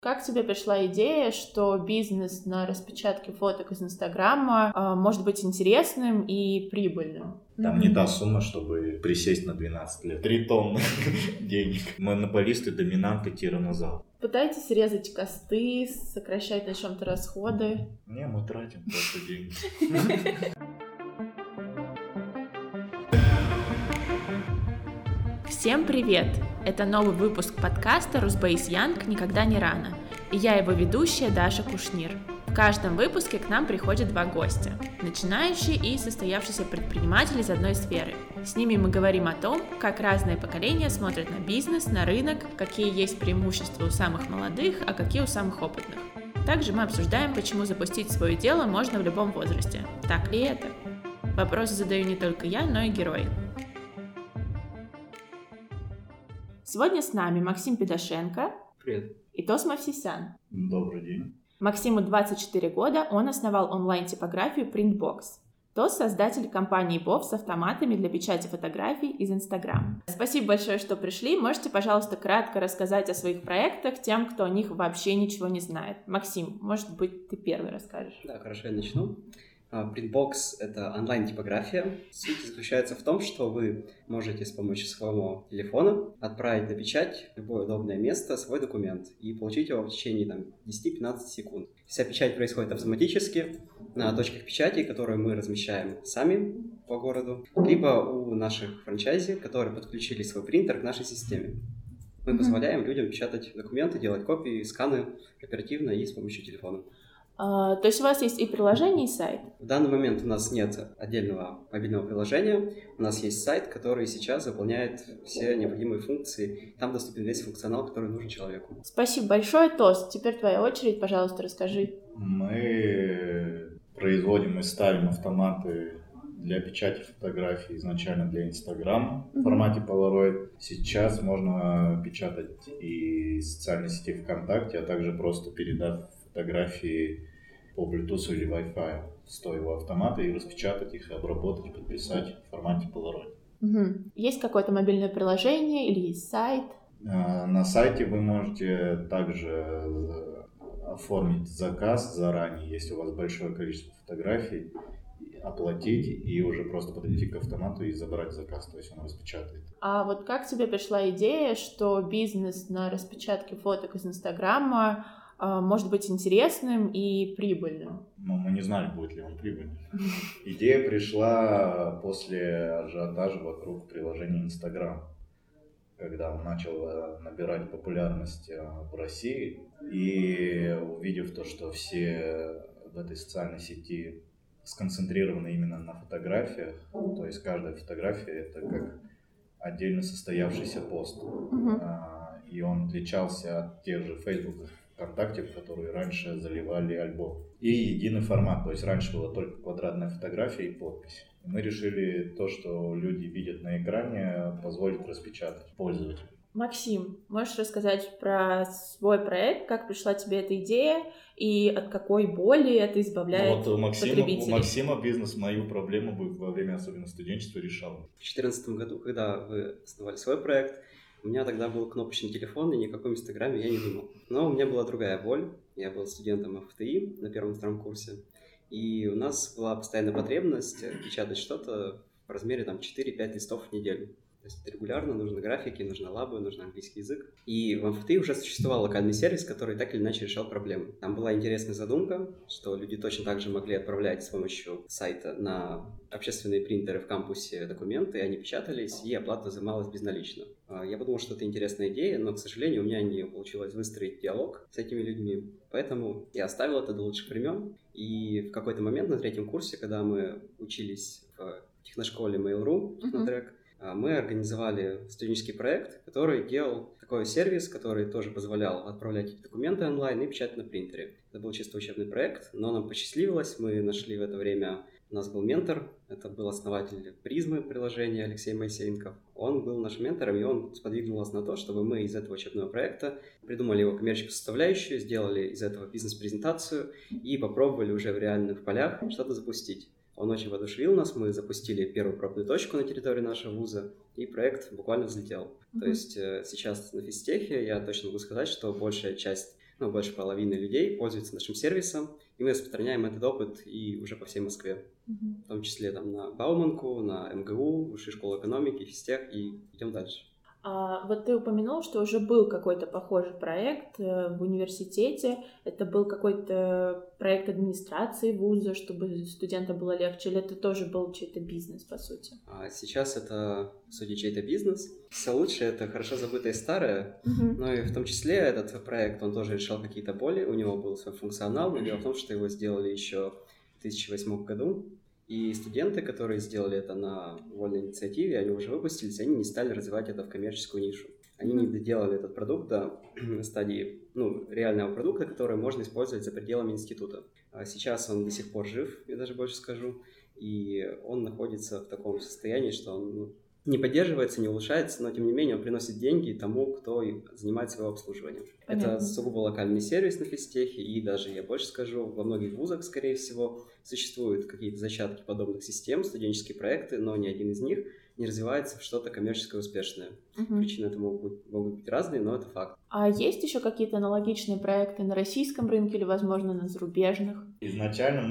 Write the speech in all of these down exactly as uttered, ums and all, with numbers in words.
Как тебе пришла идея, что бизнес на распечатке фоток из Инстаграма э, может быть интересным и прибыльным? Там не та сумма, чтобы присесть на двенадцать лет. Три тонны денег. Монополисты, доминанты, тиранозавр. Пытаетесь резать косты, сокращать на чем-то расходы? Не, мы тратим просто деньги. Всем привет! Это новый выпуск подкаста «Русбейс Янг. Никогда не рано». И я его ведущая Даша Кушнир. В каждом выпуске к нам приходят два гостя – начинающие и состоявшиеся предприниматели из одной сферы. С ними мы говорим о том, как разные поколения смотрят на бизнес, на рынок, какие есть преимущества у самых молодых, а какие у самых опытных. Также мы обсуждаем, почему запустить свое дело можно в любом возрасте. Так ли это? Вопросы задаю не только я, но и герои. Сегодня с нами Максим Педашенко. Привет. И Тос Мавсисян. Добрый день. Максиму двадцать четыре года, он основал онлайн-типографию Printbox. Тос – создатель компании Бов с автоматами для печати фотографий из Instagram. Спасибо большое, что пришли. Можете, пожалуйста, кратко рассказать о своих проектах тем, кто о них вообще ничего не знает. Максим, может быть, ты первый расскажешь? Да, хорошо, я начну. Printbox — это онлайн-типография. Суть заключается в том, что вы можете с помощью своего телефона отправить на печать в любое удобное место свой документ и получить его в течение там, десять-пятнадцать секунд. Вся печать происходит автоматически на точках печати, которые мы размещаем сами по городу, либо у наших франчайзи, которые подключили свой принтер к нашей системе. Мы mm-hmm. позволяем людям печатать документы, делать копии, сканы оперативно и с помощью телефона. Uh, то есть у вас есть и приложение, и сайт? В данный момент у нас нет отдельного мобильного приложения. У нас есть сайт, который сейчас выполняет все необходимые функции. Там доступен весь функционал, который нужен человеку. Спасибо большое, Тос. Теперь твоя очередь, пожалуйста, расскажи. Мы производим и ставим автоматы для печати фотографий изначально для Инстаграма в формате Polaroid. Сейчас можно печатать и в социальной сети ВКонтакте, а также просто передав фотографии по Bluetooth или Wi-Fi с твоего автомата и распечатать их, обработать, подписать в формате Polaroid. Угу. Есть какое-то мобильное приложение или есть сайт? На сайте вы можете также оформить заказ заранее, если у вас большое количество фотографий, оплатить и уже просто подойти к автомату и забрать заказ, то есть он распечатает. А вот как тебе пришла идея, что бизнес на распечатке фоток из Инстаграма может быть интересным и прибыльным? Ну, мы не знали, будет ли он прибыльным. Идея пришла после ажиотажа вокруг приложения Instagram, когда он начал набирать популярность в России. И увидев то, что все в этой социальной сети сконцентрированы именно на фотографиях, то есть каждая фотография — это как отдельно состоявшийся пост. Uh-huh. И он отличался от тех же Facebook, ВКонтакте, в которые раньше заливали альбом. И единый формат, то есть раньше была только квадратная фотография и подпись. И мы решили то, что люди видят на экране, позволить распечатать пользователю. Максим, можешь рассказать про свой проект, как пришла тебе эта идея и от какой боли это избавляет ну, вот у Максима, потребителей? У Максима бизнес мою проблему бы во время особенно студенчества решал. В две тысячи четырнадцатом году, когда вы основали свой проект, у меня тогда был кнопочный телефон, и ни о каком Инстаграме я не думал. Но у меня была другая боль. Я был студентом эф тэ и на первом-втором курсе. И у нас была постоянная потребность печатать что-то в размере там, четыре-пять листов в неделю. То есть регулярно нужны графики, нужны лабы, нужен английский язык. И в эф тэ и уже существовал локальный сервис, который так или иначе решал проблемы. Там была интересная задумка, что люди точно так же могли отправлять с помощью сайта на общественные принтеры в кампусе документы, они печатались, и оплата взималась безналично. Я подумал, что это интересная идея, но, к сожалению, у меня не получилось выстроить диалог с этими людьми, поэтому я оставил это до лучших времен. И в какой-то момент на третьем курсе, когда мы учились в техношколе Mail.ru, технотрек, uh-huh. мы организовали студенческий проект, который делал такой сервис, который тоже позволял отправлять документы онлайн и печатать на принтере. Это был чисто учебный проект, но нам посчастливилось, мы нашли в это время. У нас был ментор, это был основатель Призмы приложения Алексей Моисеенков. Он был нашим ментором, и он сподвигнул нас на то, чтобы мы из этого учебного проекта придумали его коммерческую составляющую, сделали из этого бизнес-презентацию и попробовали уже в реальных полях что-то запустить. Он очень воодушевил нас, мы запустили первую пробную точку на территории нашего вуза, и проект буквально взлетел. Mm-hmm. То есть сейчас на физтехе я точно могу сказать, что большая часть ну, больше половины людей пользуются нашим сервисом, и мы распространяем этот опыт и уже по всей Москве, mm-hmm. в том числе там на Бауманку, на эм гэ у, Высшую школу экономики, физтех, и идем дальше. А вот ты упомянул, что уже был какой-то похожий проект в университете. Это был какой-то проект администрации вуза, чтобы студентам было легче, или это тоже был чей-то бизнес, по сути? А сейчас это, по сути, чей-то бизнес. Все лучше — это хорошо забытое старое, uh-huh. но и в том числе этот проект, он тоже решал какие-то боли, у него был свой функционал, но дело в том, что его сделали еще в две тысячи восьмом году. И студенты, которые сделали это на вольной инициативе, они уже выпустились, они не стали развивать это в коммерческую нишу. Они не доделали этот продукт до стадии ну, реального продукта, который можно использовать за пределами института. А сейчас он до сих пор жив, я даже больше скажу, и он находится в таком состоянии, что он ну, не поддерживается, не улучшается, но тем не менее он приносит деньги тому, кто занимается его обслуживанием. Понятно. Это сугубо локальный сервис на физтехе, и даже, я больше скажу, во многих вузах, скорее всего, существуют какие-то зачатки подобных систем, студенческие проекты, но ни один из них не развивается в что-то коммерческое успешное. Угу. Причины этому могут быть, могут быть разные, но это факт. А есть еще какие-то аналогичные проекты на российском рынке или, возможно, на зарубежных? Изначально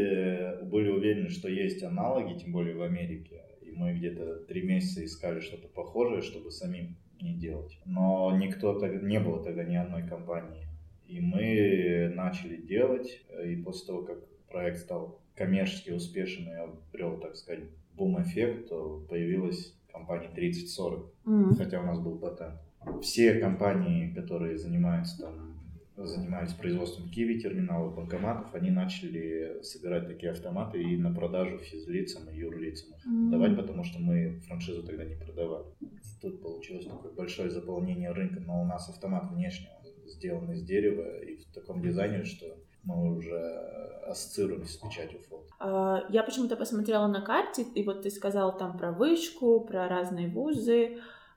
мы были уверены, что есть аналоги, тем более в Америке. И мы где-то три месяца искали что-то похожее, чтобы самим не делать. Но никто так, не было тогда ни одной компании. И мы начали делать, и после того, как проект стал коммерчески успешен и обрел, так сказать, бум-эффект, то появилась компания тридцать сорок, mm-hmm. хотя у нас был патент. Все компании, которые занимаются там, занимались производством киви-терминалов, банкоматов, они начали собирать такие автоматы и на продажу физлицам и юрлицам их mm-hmm. давать, потому что мы франшизу тогда не продавали. Тут получилось такое большое заполнение рынка, но у нас автомат внешне сделан из дерева и в таком дизайне, что мы уже ассоциируемся с печатью фото. Я почему-то посмотрела на карте, и вот ты сказал там про вышку, про разные вузы.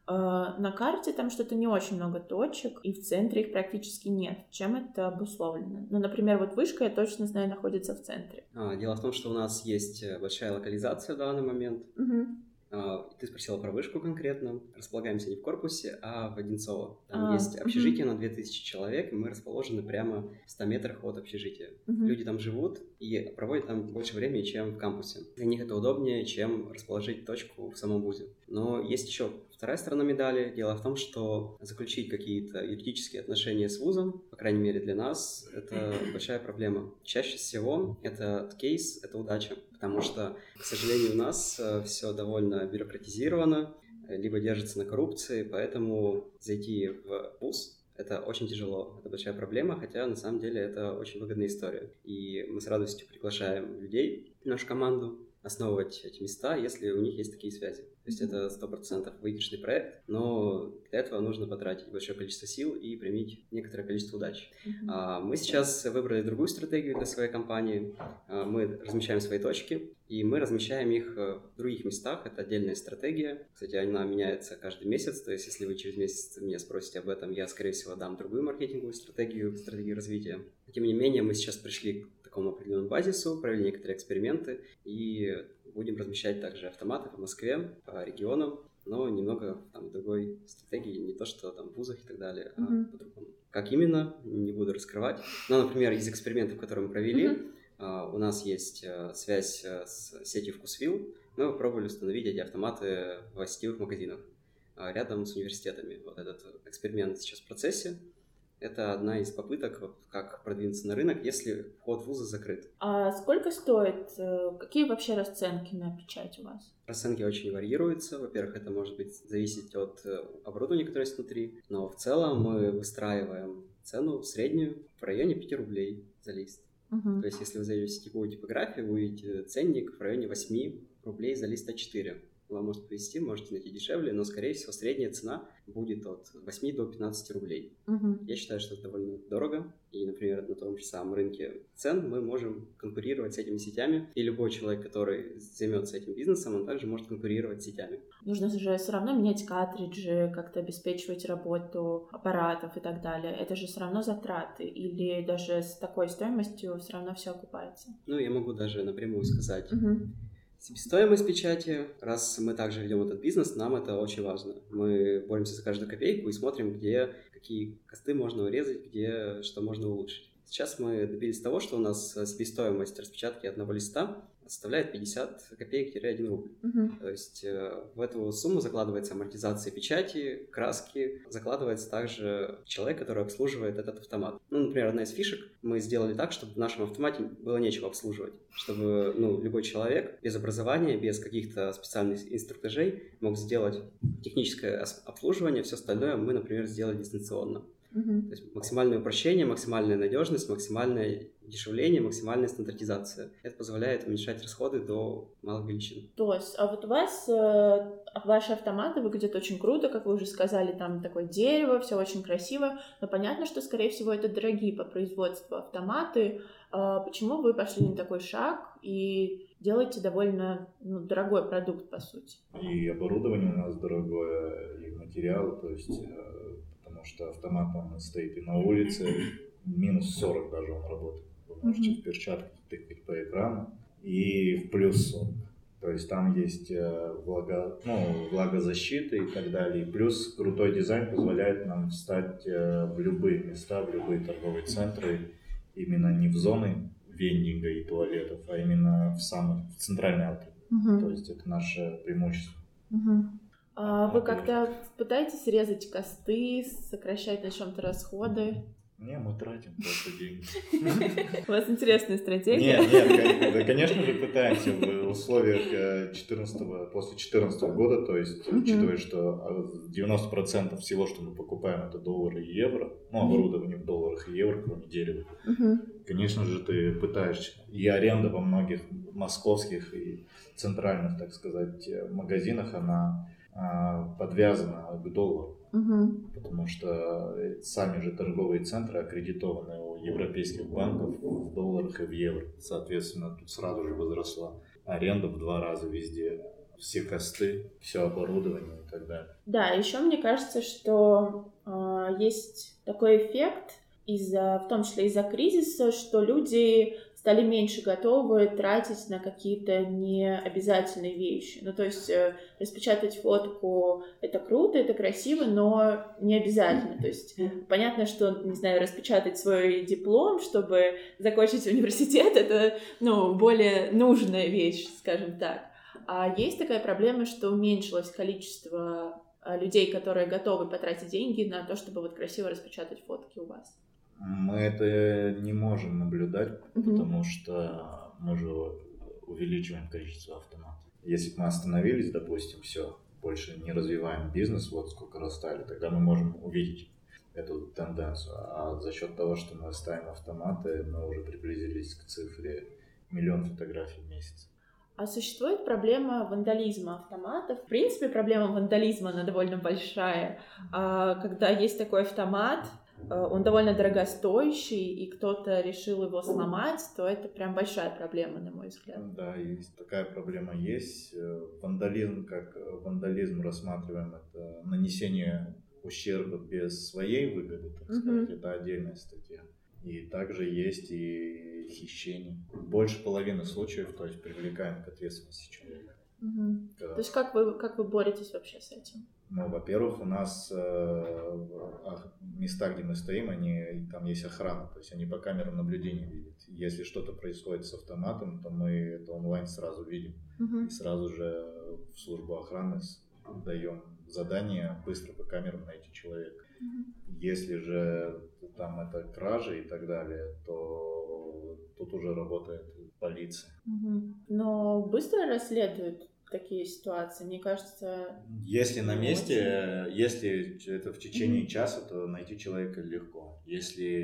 На карте там что-то не очень много точек, и в центре их практически нет. Чем это обусловлено? Ну, например, вот вышка, я точно знаю, находится в центре. А, дело в том, что у нас есть большая локализация в данный момент. Угу. Ты спросила про вышку конкретно. Располагаемся не в корпусе, а в Одинцово. Там а, есть общежитие угу. на две тысячи человек, и мы расположены прямо в ста метрах от общежития. Угу. Люди там живут и проводят там больше времени, чем в кампусе. Для них это удобнее, чем расположить точку в самом вузе. Но есть еще вторая сторона медали. Дело в том, что заключить какие-то юридические отношения с вузом, по крайней мере для нас, это большая проблема. Чаще всего этот кейс — это удача. Потому что, к сожалению, у нас все довольно бюрократизировано, либо держится на коррупции, поэтому зайти в вуз — это очень тяжело, это большая проблема, хотя на самом деле это очень выгодная история. И мы с радостью приглашаем людей в нашу команду основывать эти места, если у них есть такие связи. То есть это сто процентов выигрышный проект, но для этого нужно потратить большое количество сил и применить некоторое количество удач. Mm-hmm. Мы сейчас выбрали другую стратегию для своей компании. Мы размещаем свои точки, и мы размещаем их в других местах. Это отдельная стратегия. Кстати, она меняется каждый месяц, то есть если вы через месяц меня спросите об этом, я, скорее всего, дам другую маркетинговую стратегию, стратегию развития. Тем не менее, мы сейчас пришли к такому определенному базису, провели некоторые эксперименты и будем размещать также автоматы по Москве, по регионам, но немного там другой стратегии, не то что там в вузах и так далее, а mm-hmm. по-другому. Как именно, не буду раскрывать. Но, например, из экспериментов, которые мы провели, mm-hmm. uh, у нас есть uh, связь uh, с сетью Вкусвилл. Мы попробовали установить эти автоматы в сетевых магазинах uh, рядом с университетами. Вот этот эксперимент сейчас в процессе. Это одна из попыток, как продвинуться на рынок, если вход в вузы закрыт. А сколько стоит? Какие вообще расценки на печать у вас? Расценки очень варьируются. Во-первых, это может быть зависеть от оборудования, которое есть внутри. Но в целом мы выстраиваем цену среднюю в районе пяти рублей за лист. Uh-huh. То есть, если вы зайдете в сетевую типографию, вы увидите ценник в районе восемь рублей за лист а четыре. Вам может повезти, можете найти дешевле, но, скорее всего, средняя цена будет от восьми до пятнадцати рублей. Uh-huh. Я считаю, что это довольно дорого. И, например, на том же самом рынке цен мы можем конкурировать с этими сетями. И любой человек, который займется этим бизнесом, он также может конкурировать с сетями. Нужно же все равно менять картриджи, как-то обеспечивать работу аппаратов и так далее. Это же все равно затраты. Или даже с такой стоимостью все равно все окупается? Ну, я могу даже напрямую сказать. Uh-huh. Себестоимость печати. Раз мы также ведем этот бизнес, нам это очень важно. Мы боремся за каждую копейку и смотрим, где какие косты можно урезать, где что можно улучшить. Сейчас мы добились того, что у нас себестоимость распечатки одного листа составляет пятьдесят копеек-один рубль. Uh-huh. То есть э, в эту сумму закладывается амортизация печати, краски, закладывается также человек, который обслуживает этот автомат. Ну, например, одна из фишек, мы сделали так, чтобы в нашем автомате было нечего обслуживать, чтобы ну, любой человек без образования, без каких-то специальных инструктажей мог сделать техническое обслуживание, все остальное мы, например, сделали дистанционно. Uh-huh. То есть максимальное упрощение, максимальная надежность, максимальное дешевление, максимальная стандартизация. Это позволяет уменьшать расходы до малых величин. То есть, а вот у вас э, ваши автоматы выглядят очень круто, как вы уже сказали, там такое дерево, все очень красиво, но понятно, что, скорее всего, это дорогие по производству автоматы. Э, почему вы пошли на такой шаг и делаете довольно ну, дорогой продукт, по сути? И оборудование у нас дорогое, и материал, то есть... Э, потому что автомат он стоит и на улице, минус сорок даже он работает. Вы можете mm-hmm. в перчатках тыкать по экрану, и в плюс сорок. То есть там есть влага, ну, влагозащита и так далее. И плюс крутой дизайн позволяет нам встать в любые места, в любые торговые центры, именно не в зоны вендинга и туалетов, а именно в самый в центральный аутlet. Mm-hmm. То есть это наше преимущество. Mm-hmm. А вы как-то пытаетесь резать косты, сокращать на чем-то расходы? Не, мы тратим просто деньги. У вас интересная стратегия. Нет, нет, да, конечно же, пытаемся в условиях четырнадцатого, после четырнадцатого года, то есть, uh-huh. учитывая, что девяносто процентов всего, что мы покупаем, это доллары и евро, ну, оборудование в долларах и евро, кроме дерева. Uh-huh. Конечно же, ты пытаешься, и аренда во многих московских и центральных, так сказать, магазинах, она подвязана к доллару, угу. потому что сами же торговые центры аккредитованы у европейских банков в долларах и в евро. Соответственно, тут сразу же возросла аренда в два раза везде. Все косты, все оборудование и так далее. Да, еще мне кажется, что э, есть такой эффект, из-за, в том числе из-за кризиса, что люди стали меньше готовы тратить на какие-то необязательные вещи. Ну, то есть э, распечатать фотку — это круто, это красиво, но не обязательно. То есть понятно, что, не знаю, распечатать свой диплом, чтобы закончить университет, это, ну, более нужная вещь, скажем так. А есть такая проблема, что уменьшилось количество людей, которые готовы потратить деньги на то, чтобы вот красиво распечатать фотки у вас. Мы это не можем наблюдать, mm-hmm. потому что мы же увеличиваем количество автоматов. Если бы мы остановились, допустим, все, больше не развиваем бизнес, вот сколько растали, тогда мы можем увидеть эту тенденцию. А за счет того, что мы ставим автоматы, мы уже приблизились к цифре миллион фотографий в месяц. А существует проблема вандализма автоматов? В принципе, проблема вандализма, она довольно большая. А когда есть такой автомат, он довольно дорогостоящий, и кто-то решил его сломать, то это прям большая проблема, на мой взгляд. Да, есть такая проблема есть. Вандализм, как вандализм рассматриваем, это нанесение ущерба без своей выгоды, так сказать, mm-hmm. это отдельная статья. И также есть и хищение. Больше половины случаев, то есть привлекаем к ответственности человека. Угу. Когда... То есть как вы, как вы боретесь вообще с этим? Ну, во-первых, у нас э, места, где мы стоим, они, там есть охрана, то есть они по камерам наблюдения видят. Если что-то происходит с автоматом, то мы это онлайн сразу видим. Угу. И сразу же в службу охраны даем задание быстро по камерам найти человека. Угу. Если же там это кражи и так далее, то тут уже работает полиция. Угу. Но быстро расследуют такие ситуации, мне кажется. Если на месте, очень... если это в течение угу. часа, то найти человека легко. Если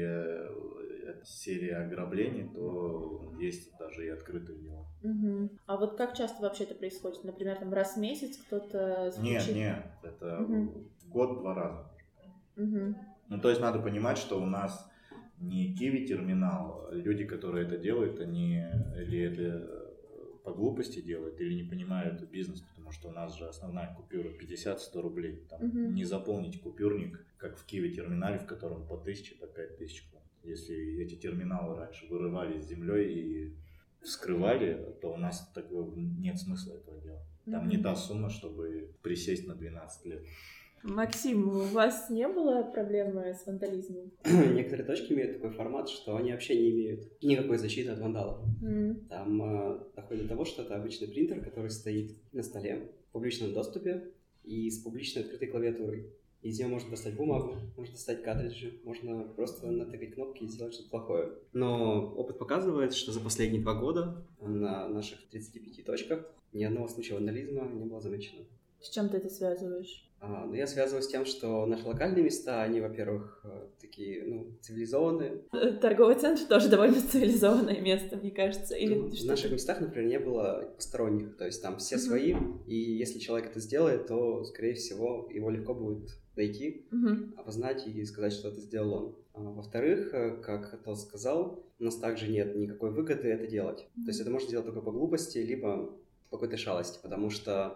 это серия ограблений, то есть даже и открытые дела. Угу. А вот как часто вообще это происходит? Например, там раз в месяц кто-то... Нет, нет, это угу. в год два раза. Угу. Ну, то есть надо понимать, что у нас не Киви-терминал, люди, которые это делают, они или это по глупости делают, или не понимают бизнес, потому что у нас же основная купюра пятьдесят-сто рублей. Там uh-huh. не заполнить купюрник, как в Киви-терминале, в котором по тысяче, по пять тысяч. Если эти терминалы раньше вырывались с землей и вскрывали, то у нас такого нет смысла этого делать. Там mm-hmm. не та сумма, чтобы присесть на двенадцать лет. Максим, у вас не было проблемы с вандализмом? Некоторые точки имеют такой формат, что они вообще не имеют никакой защиты от вандалов. Mm. Там э, доходит до того, что это обычный принтер, который стоит на столе в публичном доступе и с публичной открытой клавиатурой. Из нее можно достать бумагу, можно достать картриджи, можно просто натыкать кнопки и сделать что-то плохое. Но опыт показывает, что за последние два года на наших тридцати пяти точках ни одного случая вандализма не было замечено. С чем ты это связываешь? А, ну, я связываю с тем, что наши локальные места, они, во-первых, такие, ну, цивилизованные. Торговый центр тоже довольно цивилизованное место, мне кажется. Или ну, в наших местах, например, не было посторонних, то есть там все uh-huh. свои, и если человек это сделает, то, скорее всего, его легко будет найти, uh-huh. опознать и сказать, что это сделал он. А, во-вторых, как Тос сказал, у нас также нет никакой выгоды это делать. Uh-huh. То есть это можно сделать только по глупости, либо по какой-то шалости, потому что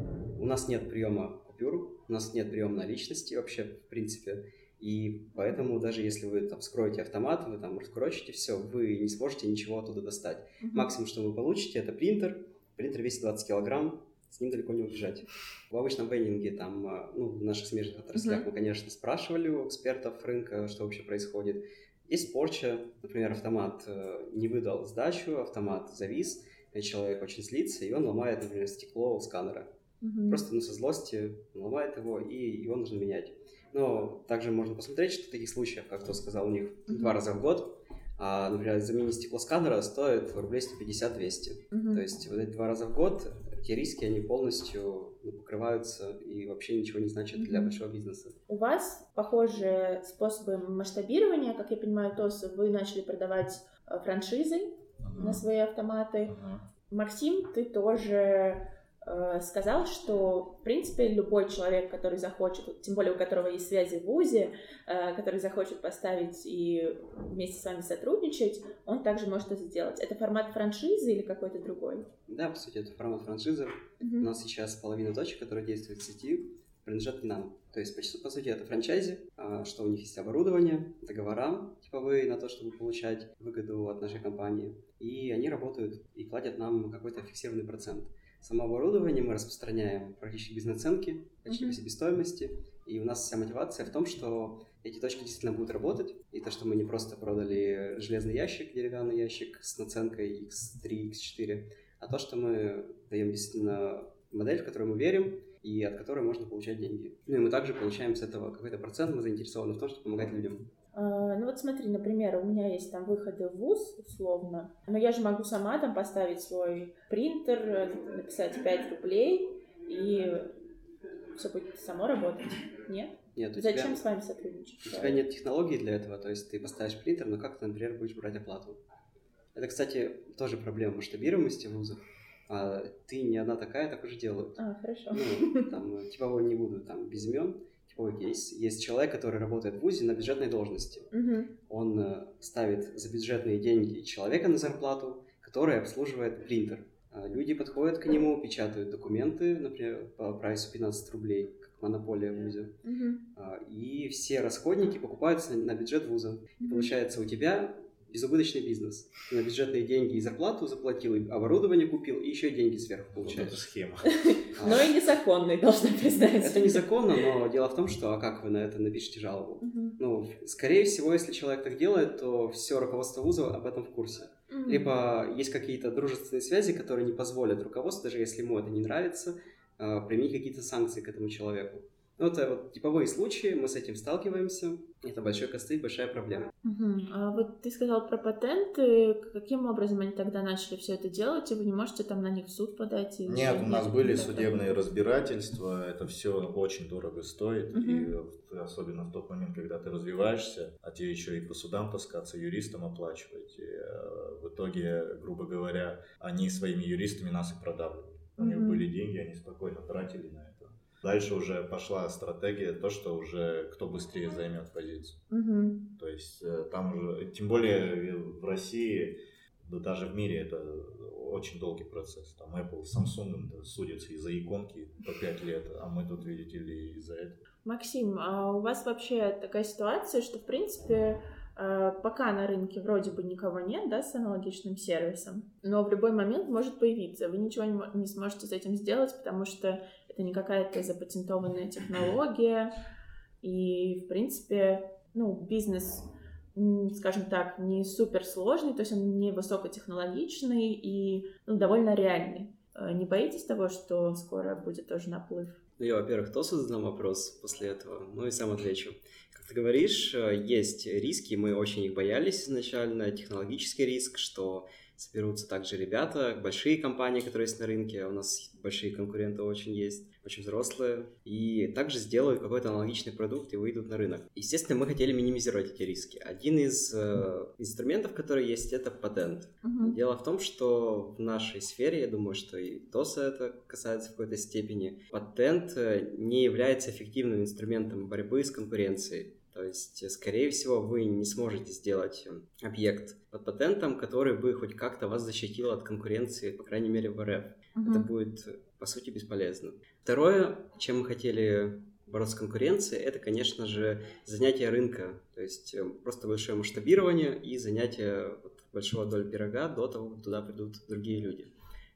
у нас нет приема купюр, у нас нет приема наличности вообще, в принципе, и поэтому даже если вы там вскроете автомат, вы там раскурочите все, вы не сможете ничего оттуда достать. Uh-huh. Максимум, что вы получите, это принтер. Принтер весит двадцать килограмм, с ним далеко не убежать. В обычном вендинге, там, ну, в наших смежных отраслях uh-huh. мы, конечно, спрашивали у экспертов рынка, что вообще происходит. Есть порча, например, автомат не выдал сдачу, автомат завис, человек очень злится, и он ломает, например, стекло у сканера. Mm-hmm. Просто ну, со злости ломает его, и его нужно менять. Но также можно посмотреть, что в таких случаях, как кто сказал, у них mm-hmm. два раза в год, а, например, заменить стекло сканера стоит рублей сто пятьдесят - двести. Mm-hmm. То есть вот эти два раза в год, те риски, они полностью ну, покрываются и вообще ничего не значат mm-hmm. для большого бизнеса. У вас похожие способы масштабирования, как я понимаю, ТОС, вы начали продавать франшизы uh-huh. на свои автоматы. Uh-huh. Максим, ты тоже э, сказал, что, в принципе, любой человек, который захочет, тем более у которого есть связи в вузе, э, который захочет поставить и вместе с вами сотрудничать, он также может это сделать. Это формат франшизы или какой-то другой? Да, по сути, это формат франшизы. Uh-huh. У нас сейчас половина точек, которые действуют в сети, принадлежат нам. То есть, по, по сути, это франчайзи, что у них есть оборудование, договора типовые на то, чтобы получать выгоду от нашей компании. И они работают и платят нам какой-то фиксированный процент. Само оборудование мы распространяем практически без наценки, почти без себестоимости. И у нас вся мотивация в том, что эти точки действительно будут работать. И то, что мы не просто продали железный ящик, деревянный ящик с наценкой икс три, икс четыре, а то, что мы даем действительно модель, в которую мы верим, и от которой можно получать деньги. Ну и мы также получаем с этого какой-то процент, мы заинтересованы в том, чтобы помогать людям. А, ну вот смотри, например, у меня есть там выходы в вуз, условно, но я же могу сама там поставить свой принтер, написать пять рублей, и все будет само работать, нет? Нет, у Зачем тебя, с вами сотрудничать? У тебя нет технологий для этого, то есть ты поставишь принтер, но как ты, например, будешь брать оплату? Это, кстати, тоже проблема масштабируемости вузов. А ты не одна такая, так уже делают. А, хорошо. Ну, там, типовой не буду, там, без имен, типовой кейс. Есть человек, который работает в вузе на бюджетной должности. Угу. Он э, ставит за бюджетные деньги человека на зарплату, который обслуживает принтер. А люди подходят к нему, печатают документы, например, по прайсу пятнадцать рублей, как монополия в вузе. Угу. А, и все расходники покупаются на, на бюджет вуза. И получается, у тебя безубыточный бизнес. Ты на бюджетные деньги и зарплату заплатил, и оборудование купил, и еще деньги сверху получаешь. Вот это схема. Но и незаконный, должна признать. Это незаконно, но дело в том, что а как вы на это напишите жалобу? Ну, скорее всего, если человек так делает, то все руководство вуза об этом в курсе. Либо есть какие-то дружественные связи, которые не позволят руководству, даже если ему это не нравится, применить какие-то санкции к этому человеку. Ну, это вот типовые случаи, мы с этим сталкиваемся. Это большой костыль, большая проблема. Угу. А вот ты сказал про патенты. Каким образом они тогда начали все это делать? И вы не можете там на них в суд подать? Или нет, у нас были судебные разбирательства. Это все очень дорого стоит. Угу. И особенно в тот момент, когда ты развиваешься, а тебе еще и по судам таскаться, юристам оплачивать. И в итоге, грубо говоря, они своими юристами нас и продавливали. У них угу. были деньги, они спокойно тратили на это. Дальше уже пошла стратегия, то, что уже кто быстрее займет позицию. Угу. То есть там уже, тем более в России, да даже в мире это очень долгий процесс. Там Apple с Samsung судятся из-за иконки по пять лет, а мы тут, видите ли, из-за этого. Максим, а у вас вообще такая ситуация, что, в принципе, Пока на рынке вроде бы никого нет, да, с аналогичным сервисом, но в любой момент может появиться. Вы ничего не сможете с этим сделать, потому что это не какая-то запатентованная технология. И, в принципе, ну, бизнес, скажем так, не суперсложный, то есть он не высокотехнологичный и, ну, довольно реальный. Не боитесь того, что скоро будет тоже наплыв? Ну, я, во-первых, тоже задам вопрос после этого, ну и сам отвечу. Как ты говоришь, есть риски, мы очень их боялись изначально, технологический риск, что соберутся также ребята, большие компании, которые есть на рынке, у нас большие конкуренты очень есть, очень взрослые, и также сделают какой-то аналогичный продукт и выйдут на рынок. Естественно, мы хотели минимизировать эти риски. Один из э, инструментов, который есть, это патент. Uh-huh. Дело в том, что в нашей сфере, я думаю, что и ТОСа это касается в какой-то степени, патент не является эффективным инструментом борьбы с конкуренцией. То есть, скорее всего, вы не сможете сделать объект под патентом, который бы хоть как-то вас защитил от конкуренции, по крайней мере, в эр эф. Uh-huh. Это будет, по сути, бесполезно. Второе, чем мы хотели бороться с конкуренцией, это, конечно же, занятие рынка. То есть, просто большое масштабирование и занятие большого доли пирога до того, как туда придут другие люди.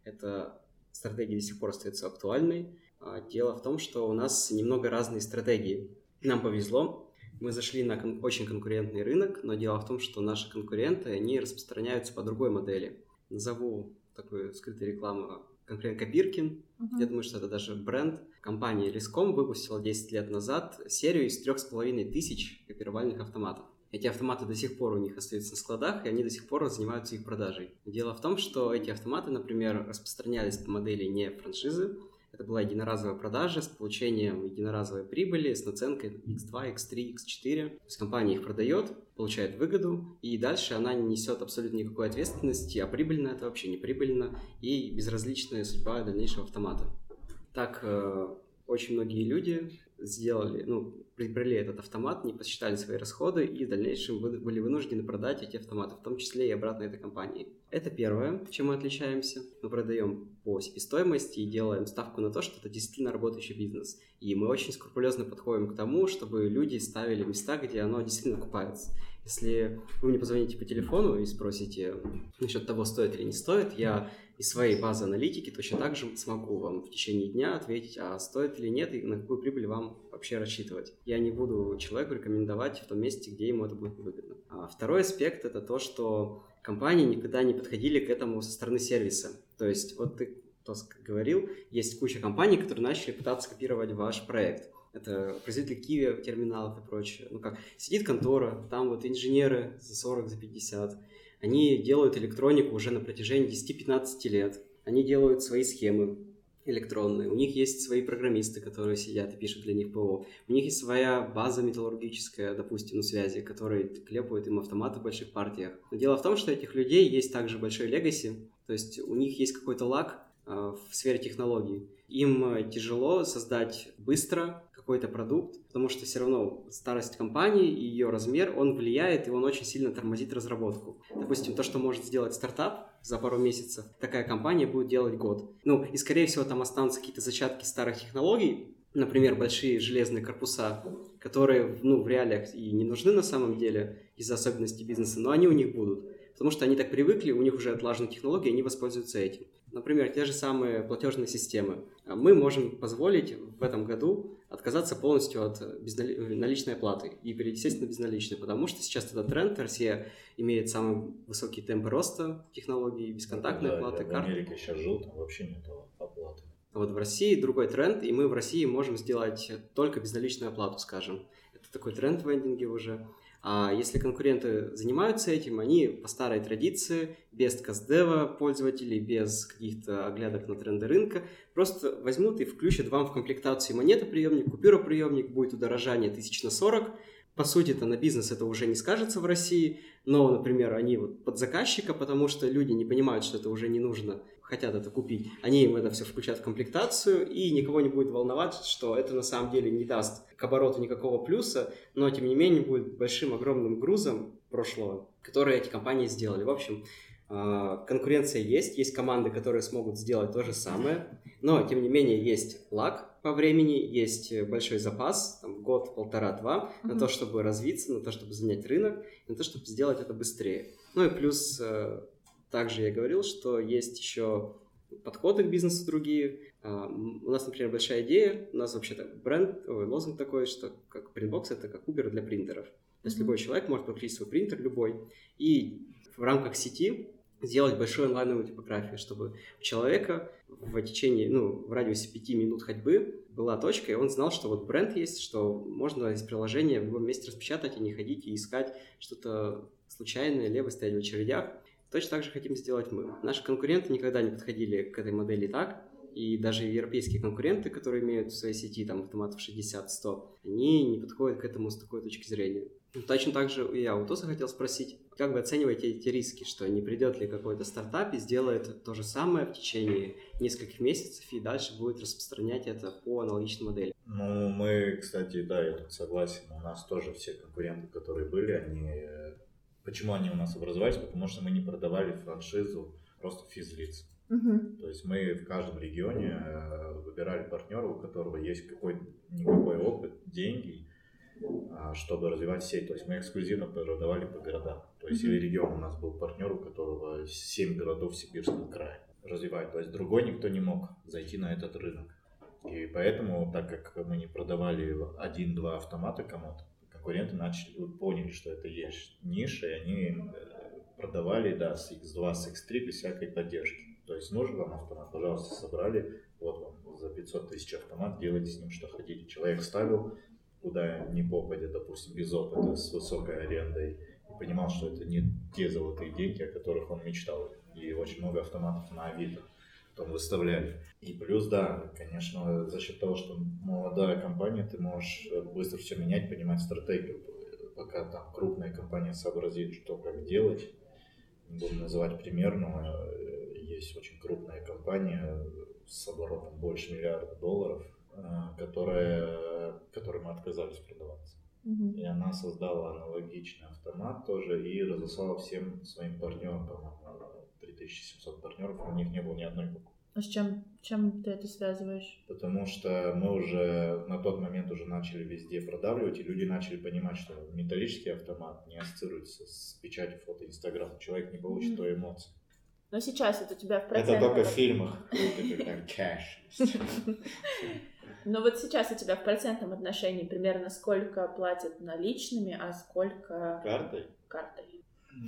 Эта стратегия до сих пор остается актуальной. Дело в том, что у нас немного разные стратегии. Нам повезло. Мы зашли на кон- очень конкурентный рынок, но дело в том, что наши конкуренты, они распространяются по другой модели. Назову такую скрытую рекламу конкурент Копиркин. Uh-huh. Я думаю, что это даже бренд. Компания Лиском выпустила десять лет назад серию из трех с половиной тысяч копировальных автоматов. Эти автоматы до сих пор у них остаются на складах, и они до сих пор занимаются их продажей. Дело в том, что эти автоматы, например, распространялись по модели не франшизы. Это была единоразовая продажа с получением единоразовой прибыли с наценкой икс два, икс три, икс четыре. То есть компания их продает, получает выгоду, и дальше она не несет абсолютно никакой ответственности, а прибыльно это вообще не прибыльно, и безразличная судьба дальнейшего автомата. Так, э, очень многие люди сделали, ну, приобрели этот автомат, не посчитали свои расходы и в дальнейшем были вынуждены продать эти автоматы, в том числе и обратно этой компании. Это первое, чем мы отличаемся. Мы продаем по себестоимости и делаем ставку на то, что это действительно работающий бизнес. И мы очень скрупулезно подходим к тому, чтобы люди ставили места, где оно действительно окупается. Если вы мне позвоните по телефону и спросите насчет того, стоит или не стоит, я из своей базы аналитики точно так же смогу вам в течение дня ответить, а стоит или нет и на какую прибыль вам вообще рассчитывать. Я не буду человеку рекомендовать в том месте, где ему это будет выгодно. А второй аспект – это то, что компании никогда не подходили к этому со стороны сервиса. То есть, вот ты, Тоск, говорил, есть куча компаний, которые начали пытаться копировать ваш проект. Это производители Kiwi, терминалов и прочее. Ну как, сидит контора, там вот инженеры за сорок, за пятьдесят. Они делают электронику уже на протяжении десять-пятнадцать лет. Они делают свои схемы электронные. У них есть свои программисты, которые сидят и пишут для них ПО. У них есть своя база металлургическая, допустим, на связи, которые клепают им автоматы в больших партиях. Но дело в том, что у этих людей есть также большой легаси, то есть у них есть какой-то лаг э, в сфере технологий. Им тяжело создать быстро какой-то продукт, потому что все равно старость компании и ее размер, он влияет, и он очень сильно тормозит разработку. Допустим, то, что может сделать стартап за пару месяцев, такая компания будет делать год. Ну, и, скорее всего, там останутся какие-то зачатки старых технологий, например, большие железные корпуса, которые, ну, в реалиях и не нужны на самом деле из-за особенностей бизнеса, но они у них будут, потому что они так привыкли, у них уже отлажены технологии, они воспользуются этим. Например, те же самые платежные системы. Мы можем позволить в этом году отказаться полностью от наличной оплаты и пересесть на безналичную, потому что сейчас этот тренд, Россия имеет самые высокие темпы роста технологий, бесконтактной да, оплаты, да, карт. В Америке сейчас желтым вообще нет оплаты. Вот в России другой тренд, и мы в России можем сделать только безналичную оплату, скажем. Это такой тренд в вендинге уже. А если конкуренты занимаются этим, они по старой традиции, без каздева пользователей, без каких-то оглядок на тренды рынка, просто возьмут и включат вам в комплектацию монетоприемник, купюроприемник, будет удорожание тысяч на сорок. По сути, это на бизнес это уже не скажется в России, но, например, они вот под заказчика, потому что люди не понимают, что это уже не нужно, хотят это купить, они им это все включат в комплектацию, и никого не будет волновать, что это на самом деле не даст к обороту никакого плюса, но, тем не менее, будет большим, огромным грузом прошлого, которые эти компании сделали. В общем, конкуренция есть, есть команды, которые смогут сделать то же самое, Но, тем не менее, есть лаг по времени, есть большой запас, там, год, полтора, два, mm-hmm. на то, чтобы развиться, на то, чтобы занять рынок, на то, чтобы сделать это быстрее. Ну и плюс, также я говорил, что есть еще подходы к бизнесу другие. У нас, например, большая идея, у нас вообще-то бренд, ой, лозунг такой, что как Printbox — это как Uber для принтеров. То есть mm-hmm. любой человек может подключить свой принтер, любой, и в рамках сети сделать большую онлайновую типографию, чтобы у человека в течение, ну, в радиусе пяти минут ходьбы была точка, и он знал, что вот бренд есть, что можно из приложения в любом месте распечатать и не ходить и искать что-то случайное, либо стоять в очередях. Точно так же хотим сделать мы. Наши конкуренты никогда не подходили к этой модели так, и даже европейские конкуренты, которые имеют в своей сети там автоматов шестьдесят-сто, они не подходят к этому с такой точки зрения. Точно так же я у Тоса хотел спросить, как вы оцениваете эти риски, что не придет ли какой-то стартап и сделает то же самое в течение нескольких месяцев и дальше будет распространять это по аналогичной модели? Ну, мы, кстати, да, я тут согласен, у нас тоже все конкуренты, которые были, они... Почему они у нас образовались? Потому что мы не продавали франшизу просто физлиц. Uh-huh. То есть мы в каждом регионе выбирали партнера, у которого есть какой-никакой опыт, деньги, чтобы развивать сеть. То есть мы эксклюзивно продавали по городам. То есть mm-hmm. или регион у нас был партнер, у которого семь городов в Сибирском крае развивать. То есть другой никто не мог зайти на этот рынок. И поэтому, так как мы не продавали один-два автомата кому-то, конкуренты начали, поняли, что это есть ниша, и они продавали, да, с икс два, с икс три без всякой поддержки. То есть нужен вам автомат, пожалуйста, собрали, вот вам за пятьсот тысяч автомат, делайте с ним что хотите. Человек ставил куда ни попадя, допустим, без опыта, с высокой арендой, и понимал, что это не те золотые деньги, о которых он мечтал. И очень много автоматов на Авито потом выставляли. И плюс, да, конечно, за счет того, что молодая компания, ты можешь быстро все менять, понимать стратегию. Пока там крупная компания сообразит, что как делать, не буду называть пример, но есть очень крупная компания с оборотом больше миллиарда долларов, Которая, которой мы отказались продаваться. Mm-hmm. И она создала аналогичный автомат тоже и разослала всем своим партнерам, по-моему, три тысячи семьсот партнеров, у них не было ни одной покупки. А с чем, чем ты это связываешь? Потому что мы уже на тот момент уже начали везде продавливать, и люди начали понимать, что металлический автомат не ассоциируется с печатью фото Инстаграм. Человек не получит mm-hmm. той эмоции. Но сейчас это у тебя в процентах... Это только в фильмах, когда кэш. Но вот сейчас у тебя в процентном отношении примерно сколько платят наличными, а сколько... Картой? Картой.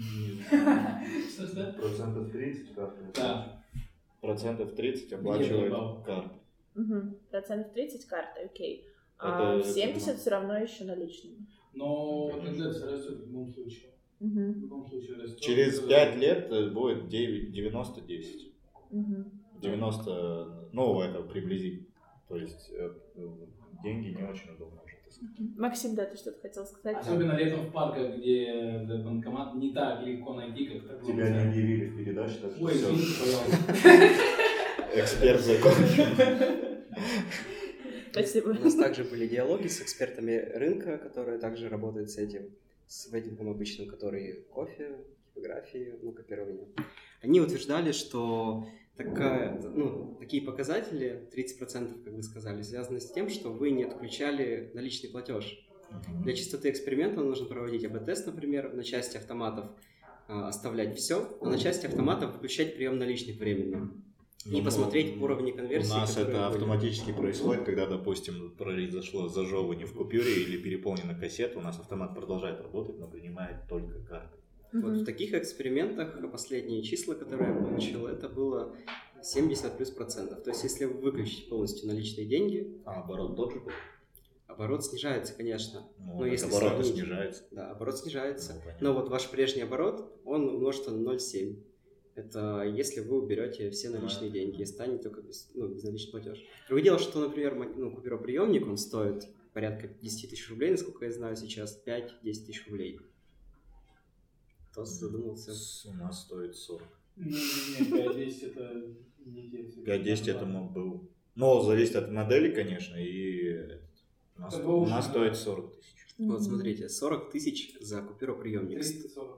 Процентов тридцать картой. Да. Процентов тридцать оплачивают картой. Угу. Процентов тридцать картой, окей. А семьдесят все равно еще наличными. Но тенденция растет в любом случае. Угу. В любом случае растет. Через пять лет будет девяносто десять. Угу. девяносто, ну, это приблизительно. То есть э, деньги не очень удобно уже таскать. Максим, да, ты что-то хотел сказать? Особенно летом в парках, где банкомат не так легко найти, как так. Тебя не объявили в передаче, так что Ой, все. извините, пожалуйста. Эксперт закончен. Спасибо. У нас также были диалоги с экспертами рынка, которые также работают с этим, с вейдингом обычным, который кофе, типографии, ну, копирование. Они утверждали, что такая, ну, такие показатели, тридцать процентов, как вы сказали, связаны с тем, что вы не отключали наличный платеж. Mm-hmm. Для чистоты эксперимента нужно проводить эй би тест, например, на части автоматов э, оставлять все, а на части автоматов выключать прием наличных временно. И ну, посмотреть ну, уровни конверсии. У нас это были. автоматически происходит, когда, допустим, произошло зажевывание в купюре или переполнена кассета, у нас автомат продолжает работать, но принимает только карты. Mm-hmm. Вот в таких экспериментах последние числа, которые я получил, это было семьдесят плюс процентов. То есть, если вы выключите полностью наличные деньги... А оборот тот же был? Оборот снижается, конечно. Ну, но если оборот сравнить, снижается. Да, оборот снижается. Ну, но вот ваш прежний оборот, он умножится на ноль целых семь десятых. Это если вы уберете все наличные а, деньги и станет только без, ну, безналичный платеж. Другое дело, что, например, ну, купюроприемник, он стоит порядка десять тысяч рублей, насколько я знаю сейчас, пять-десять тысяч рублей. Кто задумался? У нас стоит сорок. Не-не-не, пять-десять это не те. пять-десять это мог был. Но зависит от модели, конечно, и у нас, у нас стоит сорок тысяч. Вот смотрите, сорок тысяч за купюроприемник.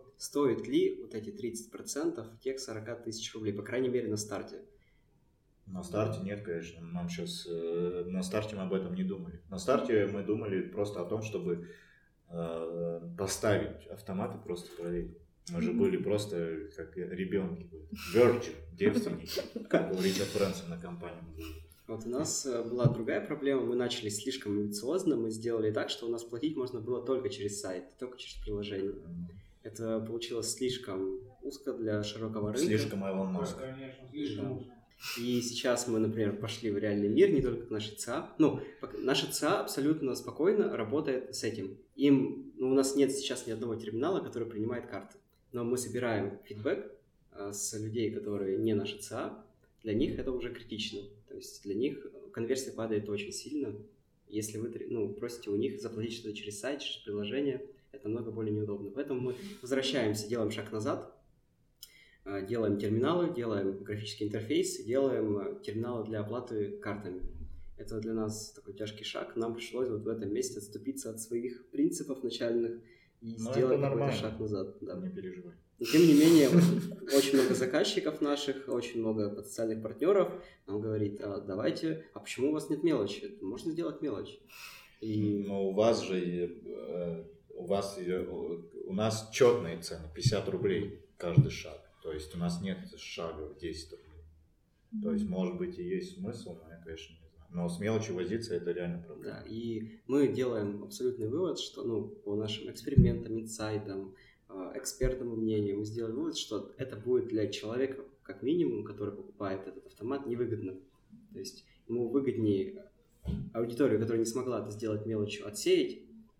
Стоит ли вот эти тридцать процентов тех сорок тысяч рублей, по крайней мере на старте? На старте нет, конечно. Нам сейчас э, на старте мы об этом не думали. На старте мы думали просто о том, чтобы э, поставить автоматы, просто проверить. Мы же были просто как ребенки, virgin, девственники, как у Ричарда Брэнсона на компании. Вот у нас была другая проблема. Мы начали слишком амбициозно. Мы сделали так, что у нас платить можно было только через сайт, только через приложение. Это получилось слишком узко для широкого рынка. Слишком Илон Маск. Конечно, слишком узко. И сейчас мы, например, пошли в реальный мир, не только наши ЦА. Ну, наша ЦА абсолютно спокойно работает с этим. Им, ну, у нас нет сейчас ни одного терминала, который принимает карты. Но мы собираем фидбэк с людей, которые не наши ЦА. Для них это уже критично. То есть для них конверсия падает очень сильно. Если вы ну, просите у них заплатить что-то через сайт, через приложение, это намного более неудобно. Поэтому мы возвращаемся, делаем шаг назад, делаем терминалы, делаем графический интерфейс, делаем терминалы для оплаты картами. Это для нас такой тяжкий шаг. Нам пришлось вот в этом месте отступиться от своих принципов начальных и Но сделать какой-то шаг назад. Да. Не переживай. Но тем не менее, очень много заказчиков наших, очень много потенциальных партнеров нам говорит, а давайте, а почему у вас нет мелочи? Можно сделать мелочь. И... Но у вас же, у вас, у нас четные цены, пятьдесят рублей каждый шаг. То есть у нас нет шага в десять рублей. Mm-hmm. То есть, может быть, и есть смысл, но я, конечно, не знаю. Но с мелочью возиться, это реально проблема. Да, и мы делаем абсолютный вывод, что, ну, по нашим экспериментам, инсайтам, экспертному мнению, мы сделали вывод, что это будет для человека, как минимум, который покупает этот автомат, невыгодно. То есть ему выгоднее аудиторию, которая не смогла это сделать мелочью, отсеять,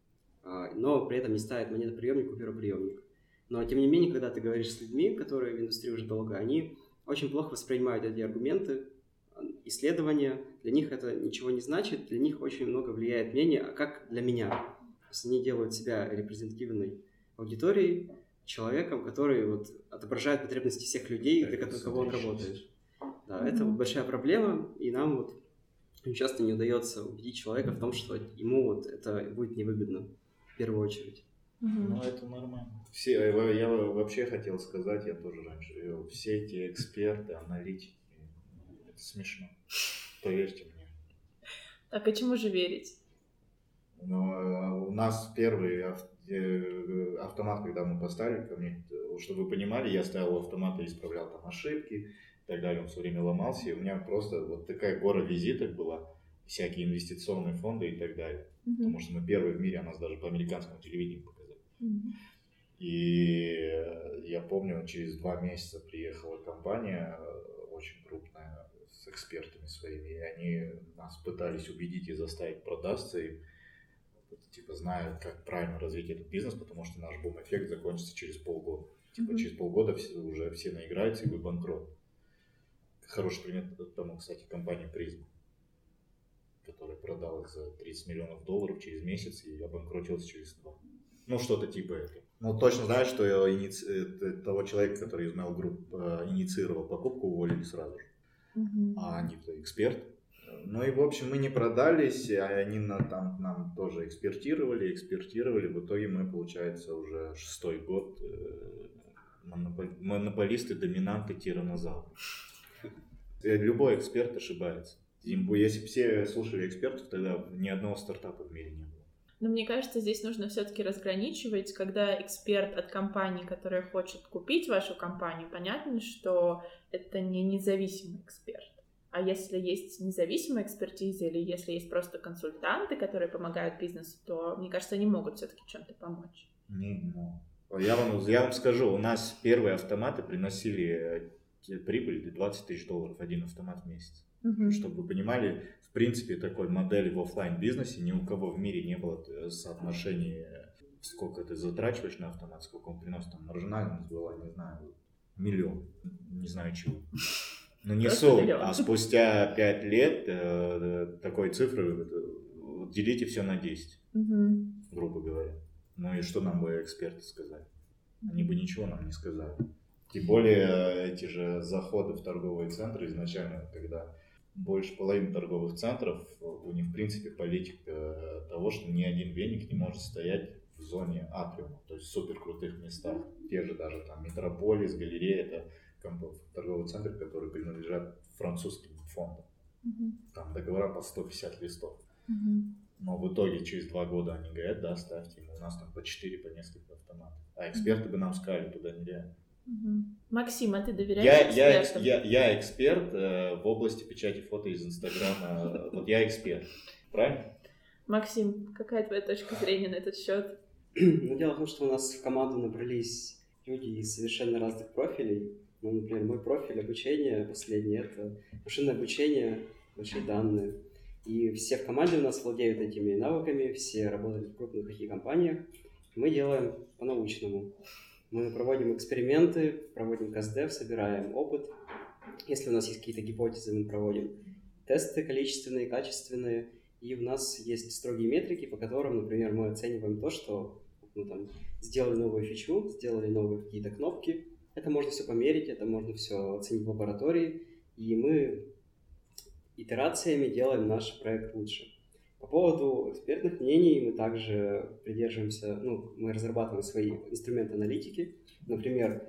но при этом не ставит монетоприемник, купюроприемник. Но, тем не менее, когда ты говоришь с людьми, которые в индустрии уже долго, они очень плохо воспринимают эти аргументы, исследования. Для них это ничего не значит, для них очень много влияет мнение, а как для меня. То есть они делают себя репрезентативной аудиторией, человеком, который вот отображает потребности всех людей, для кого он работает. Да, это вот большая проблема, и нам вот очень часто не удается убедить человека в том, что ему вот это будет невыгодно в первую очередь. Ну, это нормально. Все, я вообще хотел сказать, я тоже раньше говорил, все эти эксперты, аналитики, это смешно. Поверьте мне. Так, а чему же верить? Ну, у нас первый автомат, когда мы поставили ко мне, чтобы вы понимали, я ставил автомат и исправлял там ошибки и так далее, он все время ломался, и у меня просто вот такая гора визиток была, всякие инвестиционные фонды и так далее. Mm-hmm. Потому что мы первые в мире, а нас даже по американскому телевидению показали. Mm-hmm. И я помню, через два месяца приехала компания очень крупная с экспертами своими, и они нас пытались убедить и заставить продаться им, типа зная, как правильно развить этот бизнес, потому что наш бум-эффект закончится через полгода. Типа mm-hmm. через полгода все, уже все наиграются и вы банкрот. Хороший пример тому, кстати, компания Prisma, которая продалась за тридцать миллионов долларов через месяц и обанкротилась через два. Ну, что-то типа этого. Ну, точно знаю, что иници... того человека, который из Mail Group инициировал покупку, уволили сразу же. Mm-hmm. А они-то эксперты. Ну и, в общем, мы не продались, а они на, там, нам тоже экспертировали, экспертировали. В итоге мы, получается, уже шестой год э, монополи... монополисты, доминанты, тираннозавры. Любой эксперт ошибается. Если бы все слушали экспертов, тогда ни одного стартапа в мире не было. Но мне кажется, здесь нужно все-таки разграничивать, когда эксперт от компании, которая хочет купить вашу компанию, понятно, что это не независимый эксперт. А если есть независимая экспертиза или если есть просто консультанты, которые помогают бизнесу, то, мне кажется, они могут все-таки чем-то помочь. Не, ну, я, вам, я вам скажу, у нас первые автоматы приносили прибыль двадцать тысяч долларов, один автомат в месяц. Uh-huh. Чтобы вы понимали, в принципе, такой модели в офлайн бизнесе ни у кого в мире не было соотношения, сколько ты затрачиваешь на автомат, сколько он приносит. Там маржинальность была, не знаю, миллион, не знаю чего. Ну не суть, а спустя пять лет э, такой цифры э, делите все на десять, uh-huh. грубо говоря. Ну и что нам бы эксперты сказали? Они бы ничего нам не сказали. Тем более эти же заходы в торговые центры изначально, когда больше половины торговых центров, у них в принципе политика того, что ни один веник не может стоять в зоне атриума, то есть в супер крутых местах. Те же даже там Метрополис, галерея, это торговых центров, которые принадлежат французским фондам. Uh-huh. Там договора по сто пятьдесят листов. Uh-huh. Но в итоге через два года они говорят, да, ставьте, у нас там по четыре, по несколько автоматов. А эксперты uh-huh. бы нам сказали, туда нельзя. Uh-huh. Максим, а ты доверяешь я, экспертам? Я, я, я эксперт э, в области печати фото из Инстаграма. Вот я эксперт, правильно? Максим, какая твоя точка зрения на этот счет? Ну, дело в том, что у нас в команду набрались люди из совершенно разных профилей. Ну, например, мой профиль обучения последний — это машинное обучение, большие данные. И все в команде у нас владеют этими навыками, все работают в крупных ай ти-компаниях. Мы делаем по-научному. Мы проводим эксперименты, проводим КСДФ, собираем опыт. Если у нас есть какие-то гипотезы, мы проводим тесты количественные, качественные. И у нас есть строгие метрики, по которым, например, мы оцениваем то, что ну, там, сделали новую фичу, сделали новые какие-то кнопки. Это можно все померить, это можно все оценить в лаборатории. И мы итерациями делаем наш проект лучше. По поводу экспертных мнений мы также придерживаемся, ну, мы разрабатываем свои инструменты аналитики. Например,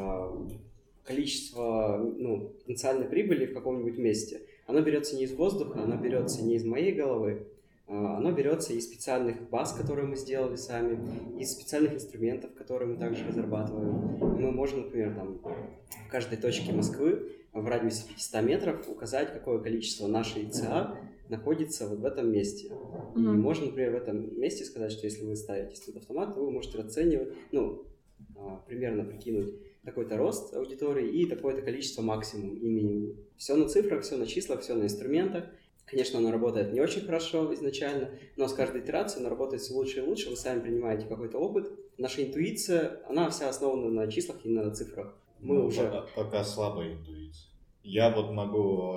количество ну, потенциальной прибыли в каком-нибудь месте. Оно берется не из воздуха, оно берется не из моей головы, оно берется из специальных баз, которые мы сделали сами, из специальных инструментов, которые мы также разрабатываем. Мы можем, например, там, в каждой точке Москвы в радиусе пятьсот метров указать, какое количество нашей ЦА находится вот в этом месте. И mm-hmm. можно, например, в этом месте сказать, что если вы ставите тут автомат, то вы можете оценивать, ну, примерно прикинуть такой-то рост аудитории и такое-то количество максимум и минимум. Все на цифрах, все на числах, все на инструментах. Конечно, оно работает не очень хорошо изначально, но с каждой итерацией оно работает все лучше и лучше. Вы сами принимаете какой-то опыт. Наша интуиция, она вся основана на числах и на цифрах. Мы ну, уже... пока, пока слабая интуиция. Я вот могу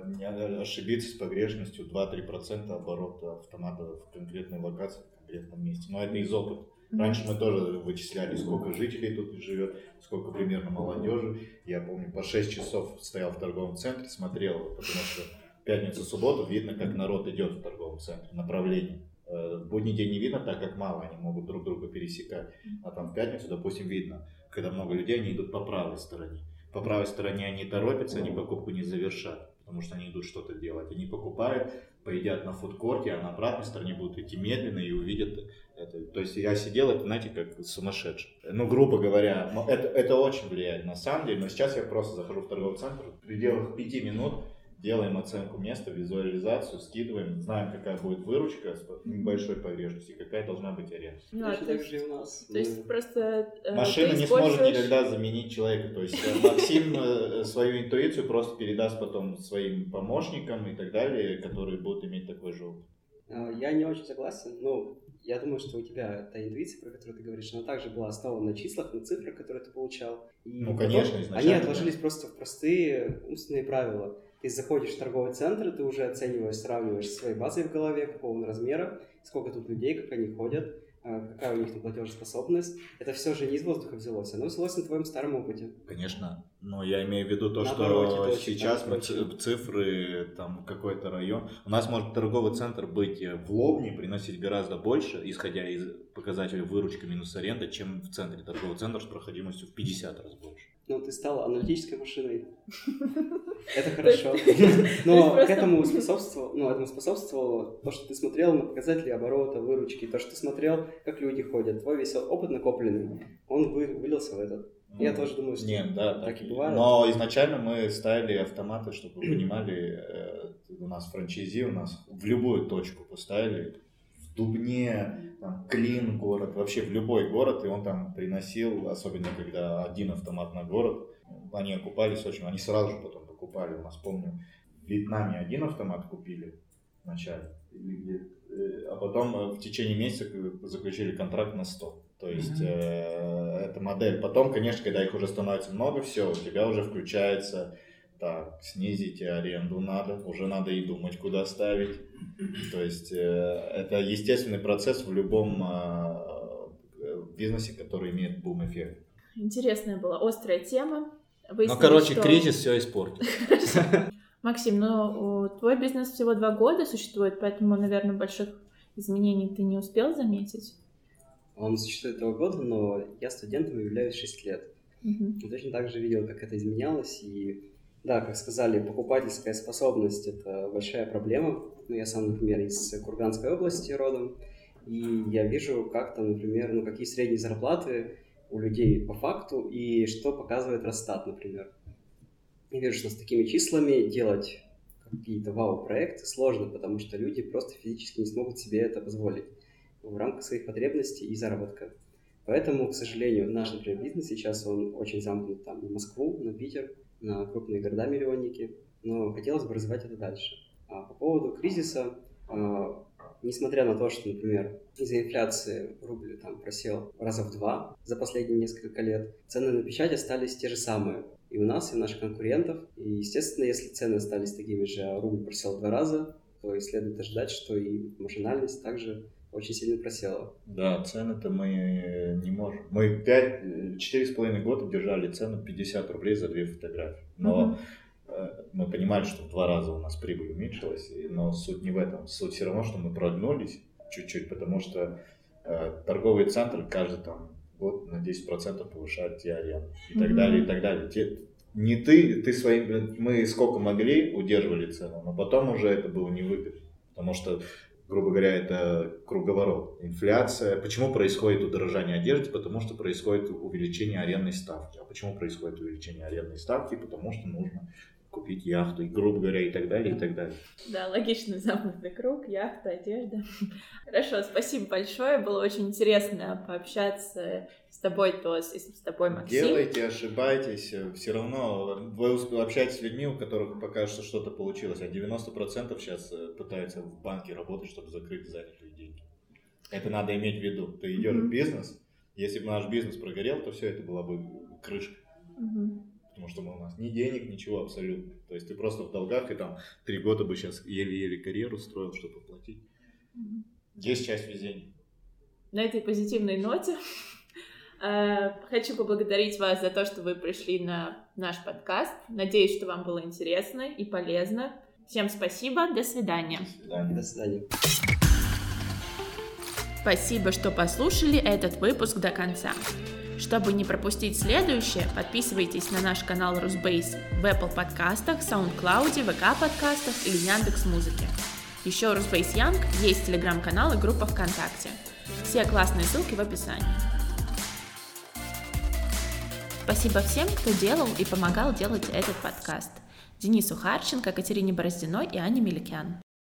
э, ошибиться с погрешностью два-три процента оборота автомата в конкретной локации, в конкретном месте. Но это из опыта. Раньше мы тоже вычисляли, сколько жителей тут живет, сколько примерно молодежи. Я помню, по шесть часов стоял в торговом центре, смотрел, потому что в пятницу-субботу видно, как народ идет в торговом центре, направление. В будний день не видно, так как мало, они могут друг друга пересекать. А там в пятницу, допустим, видно, когда много людей, они идут по правой стороне. По правой стороне они торопятся, они покупку не завершат, потому что они идут что-то делать. Они покупают, поедят на фудкорте, а на обратной стороне будут идти медленно и увидят это. То есть я сидел, это, знаете, как сумасшедший. Ну, грубо говоря, это, это очень влияет на самом деле, но сейчас я просто захожу в торговый центр, в пределах пяти минут делаем оценку места, визуализацию, скидываем, знаем, какая будет выручка с небольшой погрешностью, какая должна быть аренда. Ну, точно так же и у нас. То есть просто э, машина не используешь... сможет никогда заменить человека. То есть Максим свою интуицию просто передаст потом своим помощникам и так далее, которые будут иметь такой же опыт. Я не очень согласен. Ну, я думаю, что у тебя та интуиция, про которую ты говоришь, она также была основана на числах, на цифрах, которые ты получал. И ну, конечно, изначально. Они отложились да. просто в простые умственные правила. Ты заходишь в торговый центр, ты уже оцениваешь, сравниваешь своей базой в голове, какого он размера, сколько тут людей, как они ходят, какая у них там платежеспособность. Это все же не из воздуха взялось, оно взялось на твоем старом опыте. Конечно, но я имею в виду то, Наоборот, что сейчас мы цифры, там какой-то район. У нас может торговый центр быть в Лобне, приносить гораздо больше, исходя из показателей выручка минус аренда, чем в центре торгового центра с проходимостью в пятьдесят раз больше. Ну, ты стала аналитической машиной. Это хорошо. Но к этому способствовало, ну, этому способствовало то, что ты смотрел на показатели оборота, выручки, то, что ты смотрел, как люди ходят. Твой весь опыт накопленный, он вылился в этот. Я тоже думаю, что Нет, да, так, так и бывает. Но изначально мы ставили автоматы, чтобы вы понимали, у нас франчайзи, у нас в любую точку поставили. В Дубне, там, Клин город, вообще в любой город, и он там приносил, особенно когда один автомат на город, они окупались очень, они сразу же потом покупали. У нас, помню, в Вьетнаме один автомат купили вначале, а потом в течение месяца заключили контракт на сто. То есть э, это модель. Потом, конечно, когда их уже становится много, все, у тебя уже включается, так, снизить аренду надо, уже надо и думать, куда ставить. То есть э, это естественный процесс в любом э, бизнесе, который имеет бум-эффект. Интересная была, острая тема. Выяснили, ну, короче, что... кризис все испортил. Максим, ну, твой бизнес всего два года существует, поэтому, наверное, больших изменений ты не успел заметить? Он существует два года, но я студентом являюсь шесть лет. Mm-hmm. Точно так же видел, как это изменялось. И да, как сказали, покупательская способность – это большая проблема. Ну, я сам, например, из Курганской области родом, и я вижу, как там, например, ну, какие средние зарплаты у людей по факту и что показывает Росстат, например. Я вижу, что с такими числами делать какие-то вау-проекты сложно, потому что люди просто физически не смогут себе это позволить в рамках своих потребностей и заработка. Поэтому, к сожалению, наш, например, бизнес сейчас, он очень замкнут там на Москву, на Питер, на крупные города-миллионники, но хотелось бы развивать это дальше. А по поводу кризиса, а, несмотря на то, что, например, из-за инфляции рубль там просел раза в два за последние несколько лет, цены на печать остались те же самые и у нас, и у наших конкурентов. И, естественно, если цены остались такими же, а рубль просел в два раза, то и следует ожидать, что и маржинальность также очень сильно просела. Да, цены-то мы не можем. Мы пять, четыре с половиной года держали цену пятьдесят рублей за две фотографии. Но mm-hmm. мы понимали, что в два раза у нас прибыль уменьшилась, но суть не в этом. Суть все равно, что мы прогнулись чуть-чуть, потому что э, торговые центры каждый там год на десять процентов повышают те аренды и mm-hmm. так далее, и так далее. Те, не ты, ты своим, мы сколько могли удерживали цену, но потом уже это было невыгодно, потому что, грубо говоря, это круговорот. Инфляция. Почему происходит удорожание одежды? Потому что происходит увеличение арендной ставки. А почему происходит увеличение арендной ставки? Потому что нужно купить яхту, и, грубо говоря, и так далее, и так далее. Да, логичный замкнутый круг, яхта, одежда. Хорошо, спасибо большое. Было очень интересно пообщаться с тобой, то с, с тобой, Максим. Делайте, ошибайтесь. Все равно вы общаетесь с людьми, у которых пока что что-то получилось, а девяносто процентов сейчас пытаются в банке работать, чтобы закрыть занятые деньги. Это надо иметь в виду. Ты идешь mm-hmm. в бизнес, если бы наш бизнес прогорел, то все это была бы крышка. Mm-hmm. Потому что у нас ни денег, ничего абсолютно. То есть ты просто в долгах, и там три года бы сейчас еле-еле карьеру строил, чтобы оплатить. Mm-hmm. Есть часть везения. На этой позитивной ноте хочу поблагодарить вас за то, что вы пришли на наш подкаст. Надеюсь, что вам было интересно и полезно. Всем спасибо, до свидания. До свидания. До свидания. Спасибо, что послушали этот выпуск до конца. Чтобы не пропустить следующее, подписывайтесь на наш канал Rusbase в Apple подкастах, SoundCloud, ви ка подкастах или Яндекс.Музыке. Еще у Rusbase Young есть телеграм-канал и группа ВКонтакте. Все классные ссылки в описании. Спасибо всем, кто делал и помогал делать этот подкаст. Денису Харченко, Катерине Бороздиной и Ане Меликян.